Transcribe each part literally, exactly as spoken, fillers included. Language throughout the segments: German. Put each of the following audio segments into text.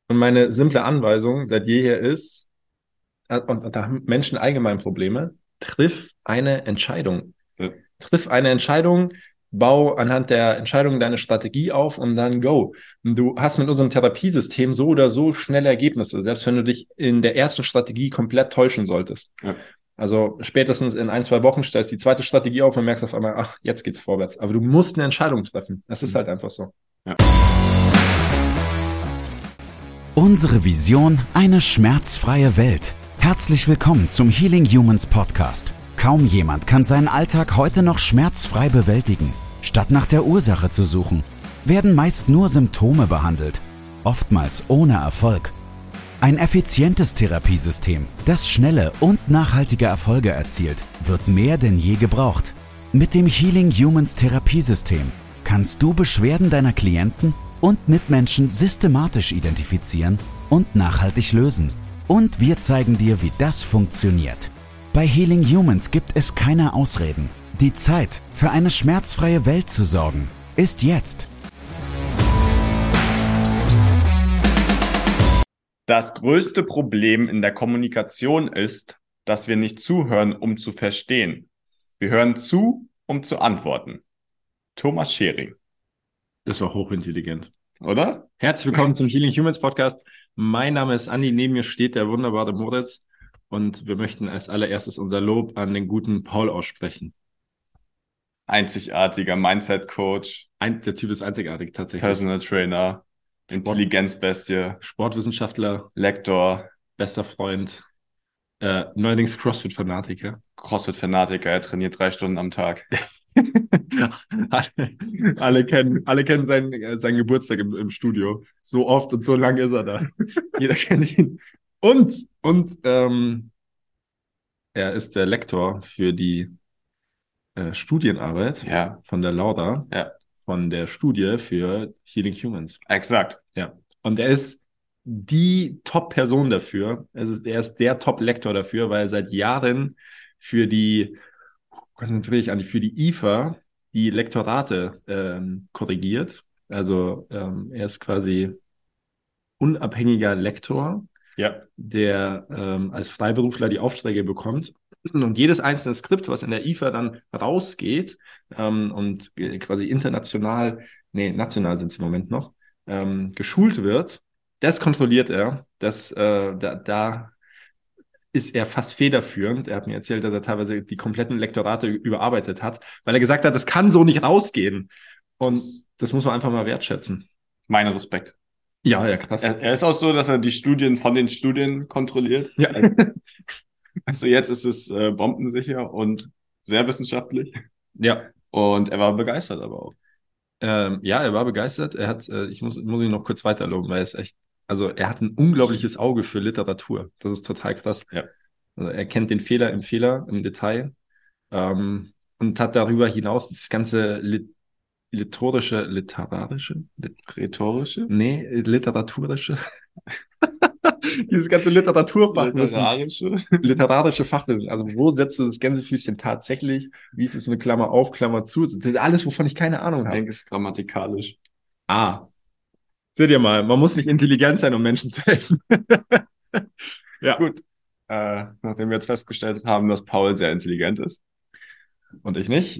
Und meine simple Anweisung seit jeher ist, äh, und, und da haben Menschen allgemein Probleme, triff eine Entscheidung. Ja. Triff eine Entscheidung, bau anhand der Entscheidung deine Strategie auf und dann go. Und du hast mit unserem Therapiesystem so oder so schnelle Ergebnisse, selbst wenn du dich in der ersten Strategie komplett täuschen solltest. Ja. Also spätestens in ein, zwei Wochen stellst du die zweite Strategie auf und merkst auf einmal, ach, jetzt geht's vorwärts. Aber du musst eine Entscheidung treffen. Das ist halt einfach so. Ja. Unsere Vision: eine schmerzfreie Welt. Herzlich willkommen zum Healing Humans Podcast. Kaum jemand kann seinen Alltag heute noch schmerzfrei bewältigen. Statt nach der Ursache zu suchen, werden meist nur Symptome behandelt, oftmals ohne Erfolg. Ein effizientes Therapiesystem, das schnelle und nachhaltige Erfolge erzielt, wird mehr denn je gebraucht. Mit dem Healing Humans Therapiesystem kannst du Beschwerden deiner Klienten und Mitmenschen systematisch identifizieren und nachhaltig lösen. Und wir zeigen dir, wie das funktioniert. Bei Healing Humans gibt es keine Ausreden. Die Zeit, für eine schmerzfreie Welt zu sorgen, ist jetzt. Das größte Problem in der Kommunikation ist, dass wir nicht zuhören, um zu verstehen. Wir hören zu, um zu antworten. Thomas Schering. Das war hochintelligent. Oder? Herzlich willkommen zum Healing Humans Podcast. Mein Name ist Andi, neben mir steht der wunderbare Moritz und wir möchten als allererstes unser Lob an den guten Paul aussprechen. Einzigartiger Mindset-Coach. Ein, der Typ ist einzigartig tatsächlich. Personal Trainer. Intelligenzbestie. Sportwissenschaftler. Lektor. Bester Freund. Äh, neuerdings CrossFit-Fanatiker. CrossFit-Fanatiker, er trainiert drei Stunden am Tag. alle, alle kennen, alle kennen seinen, seinen Geburtstag im, im Studio. So oft und so lange ist er da. Jeder kennt ihn. Und, und ähm, er ist der Lektor für die äh, Studienarbeit Ja. von der Laura, Ja. von der Studie für Healing Humans. Exakt. Ja. Und er ist die Top-Person dafür. Also er ist der Top-Lektor dafür, weil er seit Jahren für die, konzentriere ich an, für die I F A die Lektorate ähm, korrigiert. Also ähm, er ist quasi unabhängiger Lektor, Ja. der ähm, als Freiberufler die Aufträge bekommt. Und jedes einzelne Skript, was in der I F A dann rausgeht ähm, und quasi international, nee, national sind es im Moment noch, ähm, geschult wird, das kontrolliert er. Das, äh, da, da ist er fast federführend. Er hat mir erzählt, dass er teilweise die kompletten Lektorate überarbeitet hat, weil er gesagt hat, das kann so nicht rausgehen. Und das muss man einfach mal wertschätzen. Mein Respekt. Ja, ja, krass. Er, er ist auch so, dass er die Studien von den Studien kontrolliert. Ja. Also jetzt ist es äh, bombensicher und sehr wissenschaftlich. Ja. Und er war begeistert aber auch. Ähm, ja, er war begeistert. Er hat, äh, ich muss, muss ihn noch kurz weiterloben, weil es echt, also er hat ein unglaubliches Auge für Literatur. Das ist total krass. Ja. Also er kennt den Fehler im Fehler im Detail ähm, und hat darüber hinaus das ganze Lit literarische, literarische, Lit Rhetorische? nee, literaturische, dieses ganze Literaturfachwissen, Literarische? literarische Fachwissen. Also wo setzt du das Gänsefüßchen tatsächlich? Wie ist es mit Klammer auf, Klammer zu? Das ist alles, wovon ich keine Ahnung Ich habe. denke, es ist grammatikalisch. Ah, seht ihr mal, man muss nicht intelligent sein, um Menschen zu helfen. Ja. Gut. Äh, nachdem wir jetzt festgestellt haben, dass Paul sehr intelligent ist Und ich nicht.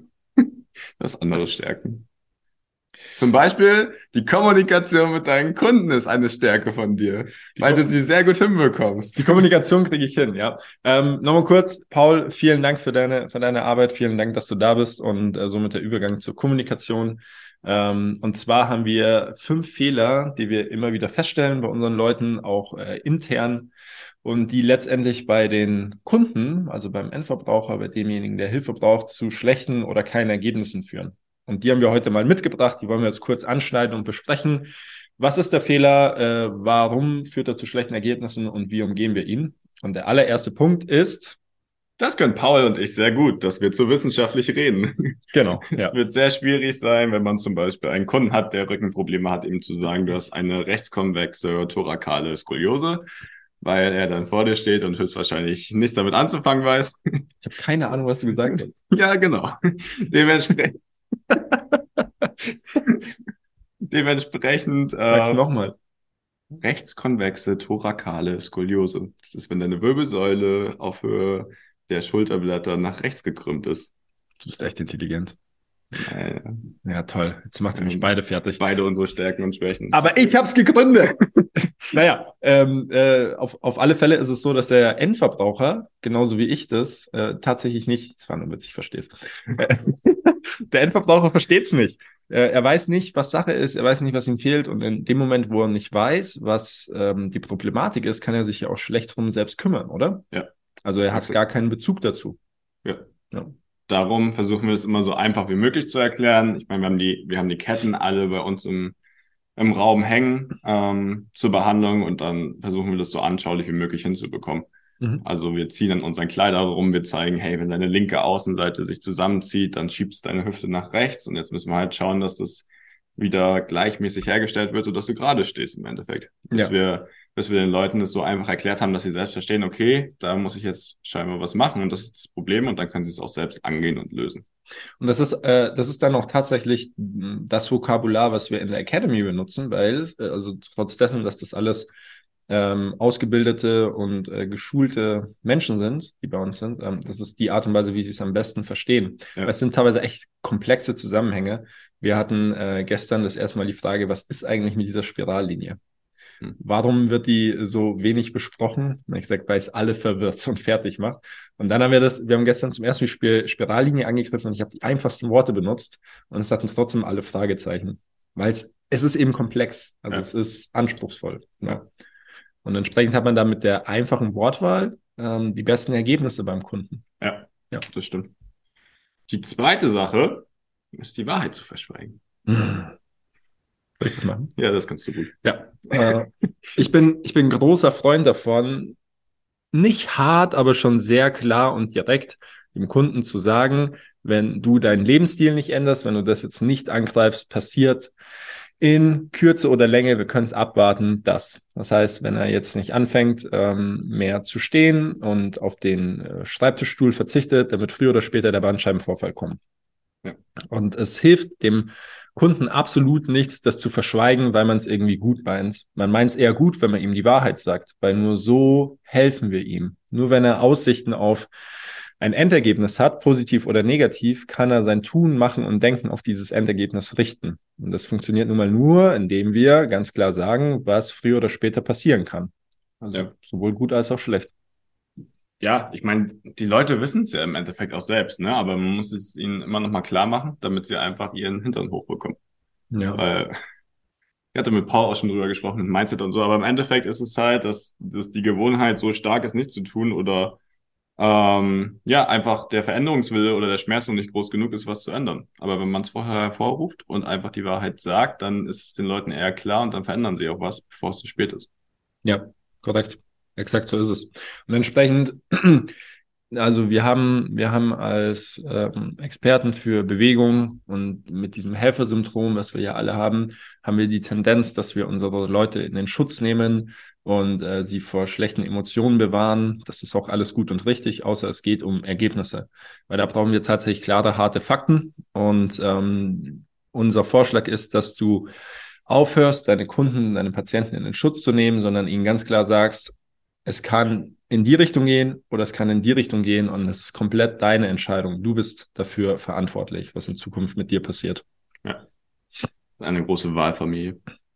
dass andere Stärken. Zum Beispiel die Kommunikation mit deinen Kunden ist eine Stärke von dir, Die weil Ko du sie sehr gut hinbekommst. Die Kommunikation kriege ich hin, ja. Ähm, nochmal kurz, Paul, vielen Dank für deine, für deine Arbeit, vielen Dank, dass du da bist und äh, somit der Übergang zur Kommunikation. Ähm, und zwar haben wir fünf Fehler, die wir immer wieder feststellen bei unseren Leuten, auch äh, intern und die letztendlich bei den Kunden, also beim Endverbraucher, bei demjenigen, der Hilfe braucht, zu schlechten oder keinen Ergebnissen führen. Und die haben wir heute mal mitgebracht, die wollen wir jetzt kurz anschneiden und besprechen. Was ist der Fehler? Äh, warum führt er zu schlechten Ergebnissen und wie umgehen wir ihn? Und der allererste Punkt ist... Das können Paul und ich sehr gut, dass wir zu wissenschaftlich reden. Genau, ja. Wird sehr schwierig sein, wenn man zum Beispiel einen Kunden hat, der Rückenprobleme hat, ihm zu sagen, du hast eine rechtskonvexe thorakale Skoliose, weil er dann vor dir steht und höchstwahrscheinlich nichts damit anzufangen weiß. Ich habe keine Ahnung, was du gesagt hast. Ja, genau. Dementsprechend... Dementsprechend... Sag Äh, nochmal. rechtskonvexe thorakale Skoliose. Das ist, wenn deine Wirbelsäule auf Höhe der Schulterblätter nach rechts gekrümmt ist. Du bist echt intelligent. Naja. Ja, toll. Jetzt macht er mich beide fertig. Beide unsere Stärken und Schwächen. Aber ich hab's gegründet. Naja, ähm, äh, auf, auf alle Fälle ist es so, dass der Endverbraucher, genauso wie ich das, äh, tatsächlich nicht, das war nur witzig, ich verstehe es. Der Endverbraucher versteht's nicht. Äh, er weiß nicht, was Sache ist, er weiß nicht, was ihm fehlt. Und in dem Moment, wo er nicht weiß, was ähm, die Problematik ist, kann er sich ja auch schlecht drum selbst kümmern, oder? Ja. Also er hat gar keinen Bezug dazu. Ja. Ja. Darum versuchen wir das immer so einfach wie möglich zu erklären. Ich meine, wir haben die, wir haben die Ketten alle bei uns im, im Raum hängen ähm, zur Behandlung und dann versuchen wir das so anschaulich wie möglich hinzubekommen. Mhm. Also wir ziehen an unseren Kleider rum, wir zeigen, hey, wenn deine linke Außenseite sich zusammenzieht, dann schiebst deine Hüfte nach rechts und jetzt müssen wir halt schauen, dass das wieder gleichmäßig hergestellt wird, sodass du gerade stehst im Endeffekt. Bis Ja. wir bis wir den Leuten das so einfach erklärt haben, dass sie selbst verstehen, okay, da muss ich jetzt scheinbar was machen und das ist das Problem und dann können sie es auch selbst angehen und lösen. Und das ist, äh, das ist dann auch tatsächlich das Vokabular, was wir in der Academy benutzen, weil, äh, also trotz dessen, dass das alles ähm, ausgebildete und äh, geschulte Menschen sind, die bei uns sind, ähm, das ist die Art und Weise, wie sie es am besten verstehen. Ja. Weil es sind teilweise echt komplexe Zusammenhänge. Wir hatten äh, gestern das erste Mal die Frage, was ist eigentlich mit dieser Spirallinie? Warum wird die so wenig besprochen? Ich sage, weil es alle verwirrt und fertig macht. Und dann haben wir das, wir haben gestern zum ersten Mal Spiel Spirallinie angegriffen und ich habe die einfachsten Worte benutzt und es hatten trotzdem alle Fragezeichen. Weil es, es ist eben komplex, also ja. Es ist anspruchsvoll. Ja. Und entsprechend hat man da mit der einfachen Wortwahl ähm, die besten Ergebnisse beim Kunden. Ja, ja, das stimmt. Die zweite Sache ist, die Wahrheit zu verschweigen. Soll ich das machen? Ja, das kannst du gut. Ja. Äh, ich bin, ich bin großer Freund davon, nicht hart, aber schon sehr klar und direkt dem Kunden zu sagen, wenn du deinen Lebensstil nicht änderst, wenn du das jetzt nicht angreifst, passiert in Kürze oder Länge, wir können es abwarten, das. Das heißt, wenn er jetzt nicht anfängt, ähm, mehr zu stehen und auf den äh, Schreibtischstuhl verzichtet, dann wird früher oder später der Bandscheibenvorfall kommen. Ja. Und es hilft dem Kunden absolut nichts, das zu verschweigen, weil man es irgendwie gut meint. Man meint es eher gut, wenn man ihm die Wahrheit sagt, weil nur so helfen wir ihm. Nur wenn er Aussichten auf ein Endergebnis hat, positiv oder negativ, kann er sein Tun, Machen und Denken auf dieses Endergebnis richten. Und das funktioniert nun mal nur, indem wir ganz klar sagen, was früher oder später passieren kann. Also ja. Sowohl gut als auch schlecht. Ja, ich meine, die Leute wissen es ja im Endeffekt auch selbst, ne? Aber man muss es ihnen immer noch mal klar machen, damit sie einfach ihren Hintern hochbekommen. Ja. Weil ich hatte mit Paul auch schon drüber gesprochen, mit Mindset und so, aber im Endeffekt ist es halt, dass, dass die Gewohnheit so stark ist, nichts zu tun oder ähm, ja, einfach der Veränderungswille oder der Schmerz noch nicht groß genug ist, was zu ändern. Aber wenn man es vorher hervorruft und einfach die Wahrheit sagt, dann ist es den Leuten eher klar und dann verändern sie auch was, bevor es zu spät ist. Ja, korrekt. Exakt so ist es. Und entsprechend, also wir haben, wir haben als ähm, Experten für Bewegung und mit diesem Helfersyndrom, was wir ja alle haben, haben wir die Tendenz, dass wir unsere Leute in den Schutz nehmen und äh, sie vor schlechten Emotionen bewahren. Das ist auch alles gut und richtig, außer es geht um Ergebnisse. Weil da brauchen wir tatsächlich klare, harte Fakten. Und ähm, unser Vorschlag ist, dass du aufhörst, deine Kunden, deine Patienten in den Schutz zu nehmen, sondern ihnen ganz klar sagst, es kann in die Richtung gehen oder es kann in die Richtung gehen und es ist komplett deine Entscheidung. Du bist dafür verantwortlich, was in Zukunft mit dir passiert. Ja, eine große Wahlfamilie.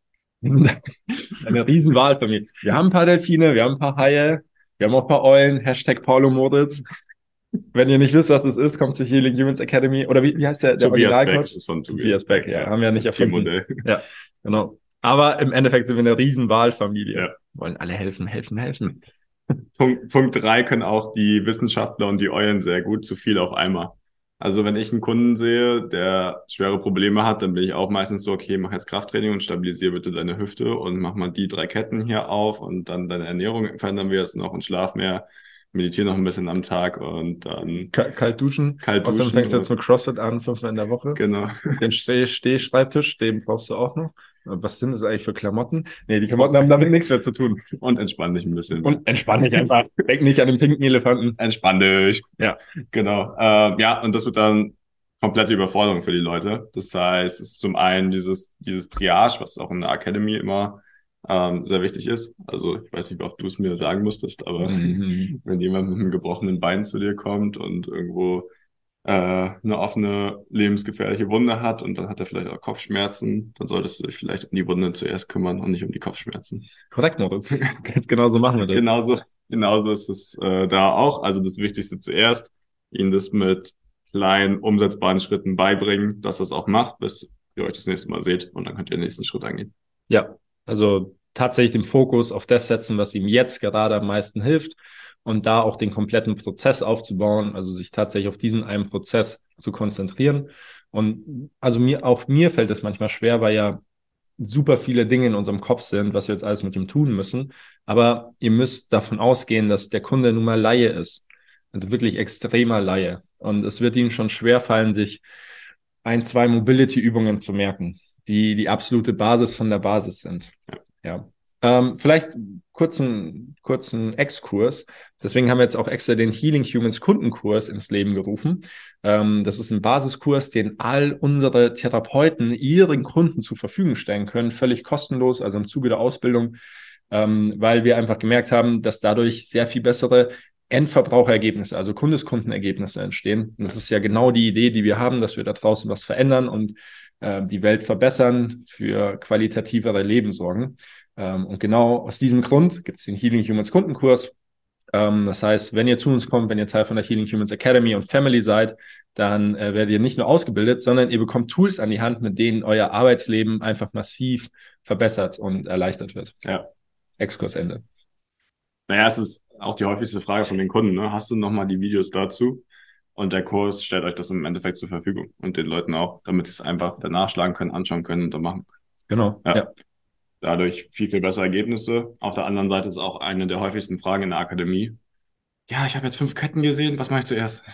Eine riesen Wahlfamilie. Wir haben ein paar Delfine, wir haben ein paar Haie, wir haben auch ein paar Eulen, Hashtag Paulo Moritz. Wenn ihr nicht wisst, was das ist, kommt zur Healing Humans Academy. Oder wie, wie heißt der, der Originalcoach? Das ist von Tobias Beck, ja. Haben wir ja nicht erfunden. Ja, genau. Aber im Endeffekt sind wir eine riesen Wahlfamilie. Ja. Wollen alle helfen, helfen, helfen. Punkt, Punkt drei können auch die Wissenschaftler und die Eulen sehr gut, zu viel auf einmal. Also wenn ich einen Kunden sehe, der schwere Probleme hat, dann bin ich auch meistens so, okay, mach jetzt Krafttraining und stabilisiere bitte deine Hüfte und mach mal die drei Ketten hier auf und dann deine Ernährung verändern wir jetzt noch und schlaf mehr, meditiere noch ein bisschen am Tag und dann... Kalt duschen. Kalt duschen. Außerdem fängst du jetzt mit CrossFit an, fünfmal in der Woche. Genau. Den Steh-Schreibtisch, den brauchst du auch noch. Was sind das eigentlich für Klamotten? Nee, die Klamotten haben damit nichts mehr zu tun. Und entspann dich ein bisschen. Und entspann dich einfach. Denk nicht an den pinken Elefanten. Entspann dich. Ja. Genau. Äh, ja, und das wird dann komplette Überforderung für die Leute. Das heißt, es ist zum einen dieses, dieses Triage, was auch in der Academy immer ähm, sehr wichtig ist. Also ich weiß nicht, ob du es mir sagen musstest, aber Mhm. wenn jemand mit einem gebrochenen Bein zu dir kommt und irgendwo äh, eine offene, lebensgefährliche Wunde hat und dann hat er vielleicht auch Kopfschmerzen, dann solltest du dich vielleicht um die Wunde zuerst kümmern und nicht um die Kopfschmerzen. Korrekt, Moritz. Ganz genau so machen wir das. Genauso, genauso ist es äh, da auch. Also das Wichtigste zuerst, ihnen das mit kleinen, umsetzbaren Schritten beibringen, dass er es auch macht, bis ihr euch das nächste Mal seht und dann könnt ihr den nächsten Schritt angehen. Ja, also tatsächlich den Fokus auf das setzen, was ihm jetzt gerade am meisten hilft und da auch den kompletten Prozess aufzubauen, also sich tatsächlich auf diesen einen Prozess zu konzentrieren. Und also mir, auch mir fällt es manchmal schwer, weil ja super viele Dinge in unserem Kopf sind, was wir jetzt alles mit ihm tun müssen. Aber ihr müsst davon ausgehen, dass der Kunde nun mal Laie ist. Also wirklich extremer Laie. Und es wird ihm schon schwerfallen, sich ein, zwei Mobility-Übungen zu merken, die die absolute Basis von der Basis sind. Ja. Ja. Ähm, vielleicht kurzen, kurzen Exkurs. Deswegen haben wir jetzt auch extra den Healing Humans Kundenkurs ins Leben gerufen. Ähm, das ist ein Basiskurs, den all unsere Therapeuten ihren Kunden zur Verfügung stellen können, völlig kostenlos, also im Zuge der Ausbildung, ähm, weil wir einfach gemerkt haben, dass dadurch sehr viel bessere Endverbraucherergebnisse, also Kundeskundenergebnisse entstehen. Und das ist ja genau die Idee, die wir haben, dass wir da draußen was verändern und äh, die Welt verbessern, für qualitativere Leben sorgen. Ähm, und genau aus diesem Grund gibt es den Healing Humans Kundenkurs. Ähm, das heißt, wenn ihr zu uns kommt, wenn ihr Teil von der Healing Humans Academy und Family seid, dann äh, werdet ihr nicht nur ausgebildet, sondern ihr bekommt Tools an die Hand, mit denen euer Arbeitsleben einfach massiv verbessert und erleichtert wird. Ja. Exkursende. Naja, es ist auch die häufigste Frage von den Kunden, ne? Hast du nochmal die Videos dazu? Und der Kurs stellt euch das im Endeffekt zur Verfügung und den Leuten auch, damit sie es einfach danach schlagen können, anschauen können und dann machen können. Genau, Ja. ja. Dadurch viel, viel bessere Ergebnisse. Auf der anderen Seite ist auch eine der häufigsten Fragen in der Akademie. Ja, ich habe jetzt fünf Ketten gesehen, was mache ich zuerst?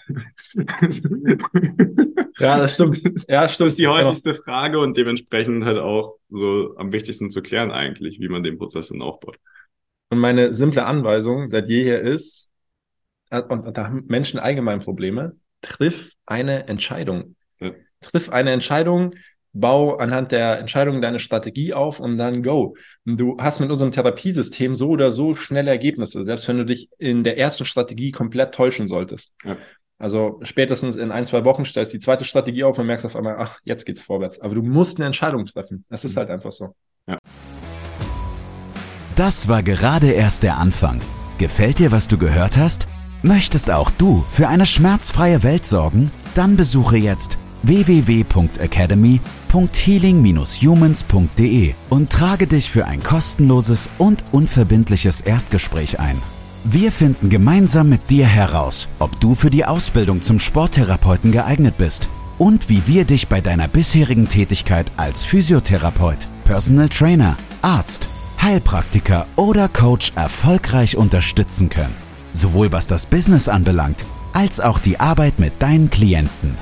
Ja, das stimmt. Ja, Das stimmt. ist die häufigste Frage und dementsprechend halt auch so am wichtigsten zu klären eigentlich, wie man den Prozess dann aufbaut. Und meine simple Anweisung seit jeher ist, und, und da haben Menschen allgemein Probleme, triff eine Entscheidung. Ja. Triff eine Entscheidung, bau anhand der Entscheidung deine Strategie auf und dann go. Und du hast mit unserem Therapiesystem so oder so schnelle Ergebnisse, selbst wenn du dich in der ersten Strategie komplett täuschen solltest. Ja. Also spätestens in ein, zwei Wochen stellst du die zweite Strategie auf und merkst auf einmal, ach, jetzt geht's vorwärts. Aber du musst eine Entscheidung treffen. Das ist halt einfach so. Ja. Das war gerade erst der Anfang. Gefällt dir, was du gehört hast? Möchtest auch du für eine schmerzfreie Welt sorgen? Dann besuche jetzt w w w punkt academy punkt healing dash humans punkt d e und trage dich für ein kostenloses und unverbindliches Erstgespräch ein. Wir finden gemeinsam mit dir heraus, ob du für die Ausbildung zum Sporttherapeuten geeignet bist und wie wir dich bei deiner bisherigen Tätigkeit als Physiotherapeut, Personal Trainer, Arzt, Heilpraktiker oder Coach erfolgreich unterstützen können. Sowohl was das Business anbelangt, als auch die Arbeit mit deinen Klienten.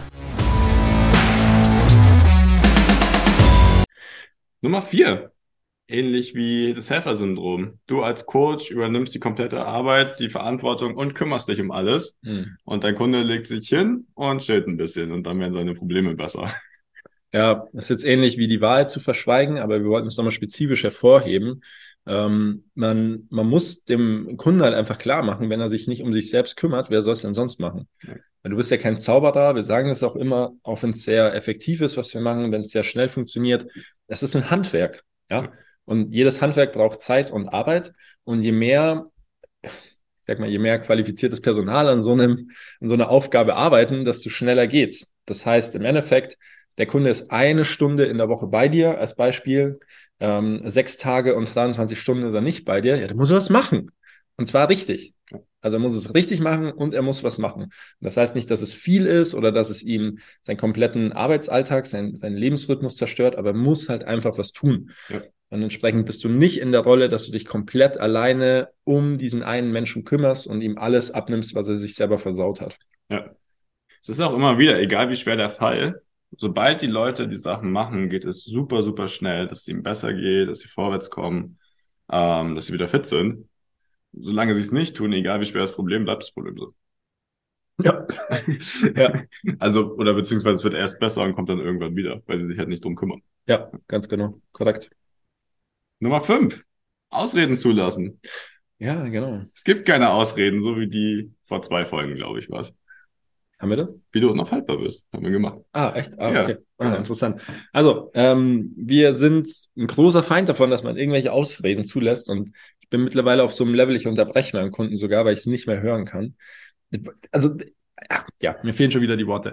Nummer vier. Ähnlich wie das Helfersyndrom. Du als Coach übernimmst die komplette Arbeit, die Verantwortung und kümmerst dich um alles. Hm. Und dein Kunde legt sich hin und chillt ein bisschen und dann werden seine Probleme besser. Ja, das ist jetzt ähnlich wie die Wahrheit zu verschweigen, aber wir wollten es nochmal spezifisch hervorheben. Ähm, man, man muss dem Kunden halt einfach klar machen, wenn er sich nicht um sich selbst kümmert, wer soll es denn sonst machen? Ja. Weil du bist ja kein Zauberer, wir sagen es auch immer, auch wenn es sehr effektiv ist, was wir machen, wenn es sehr schnell funktioniert. Es ist ein Handwerk, ja. Ja. Und jedes Handwerk braucht Zeit und Arbeit. Und je mehr, ich sag mal, je mehr qualifiziertes Personal an so einem, an so einer Aufgabe arbeiten, desto schneller geht's. Das heißt, im Endeffekt, der Kunde ist eine Stunde in der Woche bei dir, als Beispiel. Ähm, sechs Tage und dreiundzwanzig Stunden ist er nicht bei dir. Ja, dann muss er was machen. Und zwar richtig. Also er muss es richtig machen und er muss was machen. Und das heißt nicht, dass es viel ist oder dass es ihm seinen kompletten Arbeitsalltag, seinen, seinen Lebensrhythmus zerstört, aber er muss halt einfach was tun. Ja. Und entsprechend bist du nicht in der Rolle, dass du dich komplett alleine um diesen einen Menschen kümmerst und ihm alles abnimmst, was er sich selber versaut hat. Ja. Es ist auch immer wieder, egal wie schwer der Fall, sobald die Leute die Sachen machen, geht es super, super schnell, dass es ihnen besser geht, dass sie vorwärts kommen, ähm, dass sie wieder fit sind. Solange sie es nicht tun, egal wie schwer das Problem, bleibt das Problem so. Ja. Ja. Also, oder beziehungsweise es wird erst besser und kommt dann irgendwann wieder, weil sie sich halt nicht drum kümmern. Ja, ganz genau. Korrekt. Nummer fünf. Ausreden zulassen. Ja, genau. Es gibt keine Ausreden, so wie die vor zwei Folgen, glaube ich, war es. Haben wir das? Wie du unauffaltbar bist, haben wir gemacht. Ah, echt? Ah, Ja, okay. Ah, genau. interessant. Also, ähm, wir sind ein großer Feind davon, dass man irgendwelche Ausreden zulässt und ich bin mittlerweile auf so einem Level, ich unterbreche meinen Kunden sogar, weil ich es nicht mehr hören kann. Also, ja, mir fehlen schon wieder die Worte.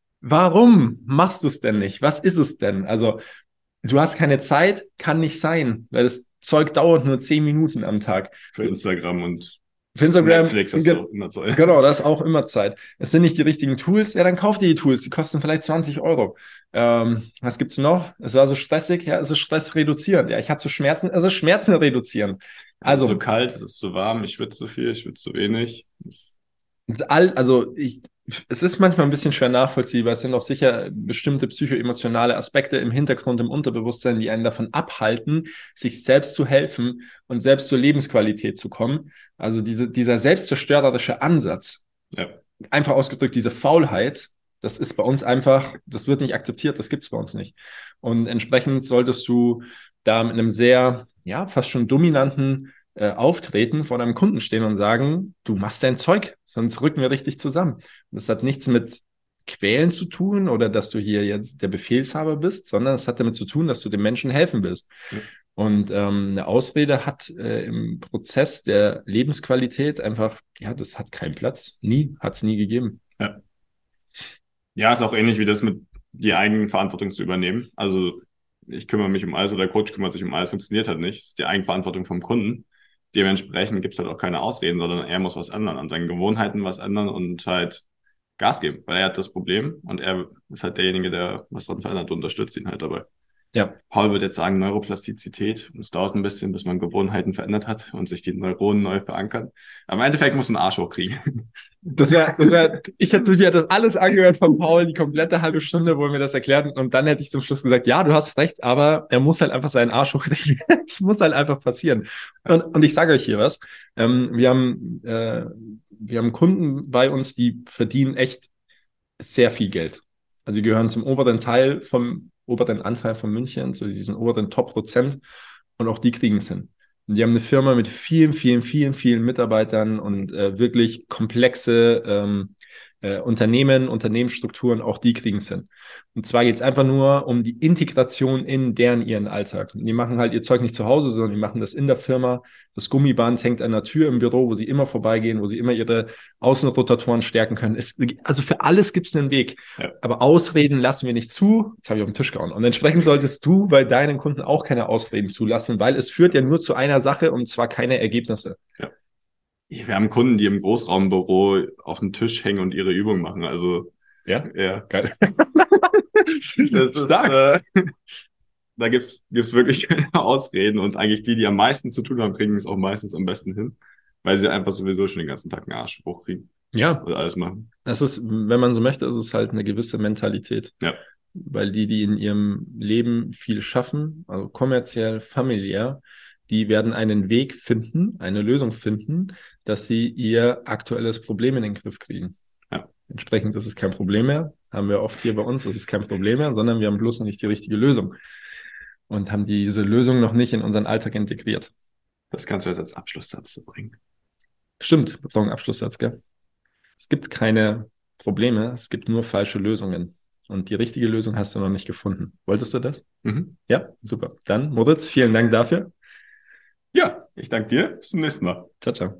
Warum machst du es denn nicht? Was ist es denn? Also, du hast keine Zeit, kann nicht sein, weil das Zeug dauert nur zehn Minuten am Tag. Für Instagram und Für Instagram, Netflix hast ge- du auch immer Zeit. Genau, das ist auch immer Zeit. Es sind nicht die richtigen Tools, ja, dann kauf dir die Tools, die kosten vielleicht zwanzig Euro. Ähm, was gibt's noch? Es war so stressig, ja, es ist Stress reduzieren. Ja, ich hatte so Schmerzen, es ist Schmerzen reduzieren. Also, es ist Also, zu kalt, es ist zu warm, ich schwitze zu viel, ich schwitze zu wenig. Das, all, also ich, es ist manchmal ein bisschen schwer nachvollziehbar. Es sind auch sicher bestimmte psychoemotionale Aspekte im Hintergrund, im Unterbewusstsein, die einen davon abhalten, sich selbst zu helfen und selbst zur Lebensqualität zu kommen. Also diese, dieser selbstzerstörerische Ansatz, ja. einfach ausgedrückt, diese Faulheit, das ist bei uns einfach, das wird nicht akzeptiert, das gibt's bei uns nicht. Und entsprechend solltest du da mit einem sehr, ja, fast schon dominanten äh, Auftreten vor deinem Kunden stehen und sagen, du machst dein Zeug, sonst rücken wir richtig zusammen. Und das hat nichts mit Quälen zu tun oder dass du hier jetzt der Befehlshaber bist, sondern es hat damit zu tun, dass du den Menschen helfen willst. Ja. Und ähm, eine Ausrede hat äh, im Prozess der Lebensqualität einfach, ja, das hat keinen Platz. Nie, hat es nie gegeben. Ja. Ja, ist auch ähnlich wie das mit die Eigenverantwortung zu übernehmen. Also ich kümmere mich um alles oder der Coach kümmert sich um alles, funktioniert halt nicht. Das ist die Eigenverantwortung vom Kunden. Dementsprechend gibt es halt auch keine Ausreden, sondern er muss was ändern, an seinen Gewohnheiten was ändern und halt Gas geben, weil er hat das Problem und er ist halt derjenige, der was dran verändert und unterstützt ihn halt dabei. Ja. Paul wird jetzt sagen Neuroplastizität. Es dauert ein bisschen, bis man Gewohnheiten verändert hat und sich die Neuronen neu verankern. Aber im Endeffekt muss ein Arsch hochkriegen. Das wäre, das wär, ich hätte mir das alles angehört von Paul, die komplette halbe Stunde, wo er mir das erklärt. Und dann hätte ich zum Schluss gesagt, ja, du hast recht, aber er muss halt einfach seinen Arsch hochkriegen. Es muss halt einfach passieren. Und, und ich sage euch hier was. Ähm, wir haben, äh, wir haben Kunden bei uns, die verdienen echt sehr viel Geld. Also die gehören zum oberen Teil vom oberen Anteil von München, zu diesen oberen Top-Prozent. Und auch die kriegen es hin. Und die haben eine Firma mit vielen, vielen, vielen, vielen Mitarbeitern und äh, wirklich komplexe ähm, äh, Unternehmen, Unternehmensstrukturen, auch die kriegen es hin. Und zwar geht es einfach nur um die Integration in deren ihren Alltag. Die machen halt ihr Zeug nicht zu Hause, sondern die machen das in der Firma. Das Gummiband hängt an der Tür im Büro, wo sie immer vorbeigehen, wo sie immer ihre Außenrotatoren stärken können. Es, also für alles gibt es einen Weg. Ja. Aber Ausreden lassen wir nicht zu. Jetzt habe ich auf den Tisch gehauen. Und entsprechend solltest du bei deinen Kunden auch keine Ausreden zulassen, weil es führt ja nur zu einer Sache und zwar keine Ergebnisse. Ja. Wir haben Kunden, die im Großraumbüro auf dem Tisch hängen und ihre Übung machen. Also Ja, ja, geil. das ist, Stark. äh, da gibt's gibt's wirklich keine Ausreden und eigentlich die, die am meisten zu tun haben, kriegen es auch meistens am besten hin, weil sie einfach sowieso schon den ganzen Tag einen Arsch hochkriegen Ja, oder alles machen. das ist, wenn man so möchte, ist es halt eine gewisse Mentalität. Ja. Weil die, die in ihrem Leben viel schaffen, also kommerziell, familiär, die werden einen Weg finden, eine Lösung finden, dass sie ihr aktuelles Problem in den Griff kriegen. Ja. Entsprechend ist es kein Problem mehr. Haben wir oft hier bei uns, das ist kein Problem mehr, sondern wir haben bloß noch nicht die richtige Lösung. Und haben diese Lösung noch nicht in unseren Alltag integriert. Das kannst du jetzt als Abschlusssatz bringen. Stimmt, so ein Abschlusssatz, gell? Es gibt keine Probleme, es gibt nur falsche Lösungen. Und die richtige Lösung hast du noch nicht gefunden. Wolltest du das? Mhm. Ja, super. Dann, Moritz, vielen Dank dafür. Ja, ich danke dir. Bis zum nächsten Mal. Ciao, ciao.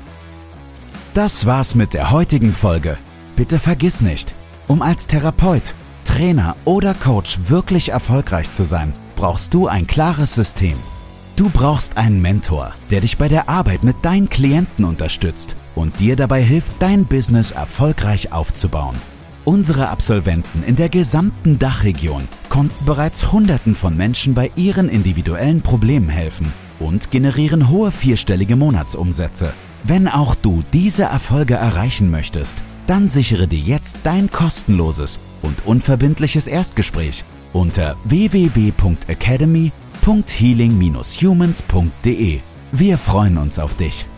Das war's mit der heutigen Folge. Bitte vergiss nicht, um als Therapeut, Trainer oder Coach wirklich erfolgreich zu sein, brauchst du ein klares System. Du brauchst einen Mentor, der dich bei der Arbeit mit deinen Klienten unterstützt und dir dabei hilft, dein Business erfolgreich aufzubauen. Unsere Absolventen in der gesamten Dachregion konnten bereits Hunderten von Menschen bei ihren individuellen Problemen helfen und generieren hohe vierstellige Monatsumsätze. Wenn auch du diese Erfolge erreichen möchtest, dann sichere dir jetzt dein kostenloses und unverbindliches Erstgespräch unter w w w punkt academy punkt healing dash humans punkt d e. Wir freuen uns auf dich.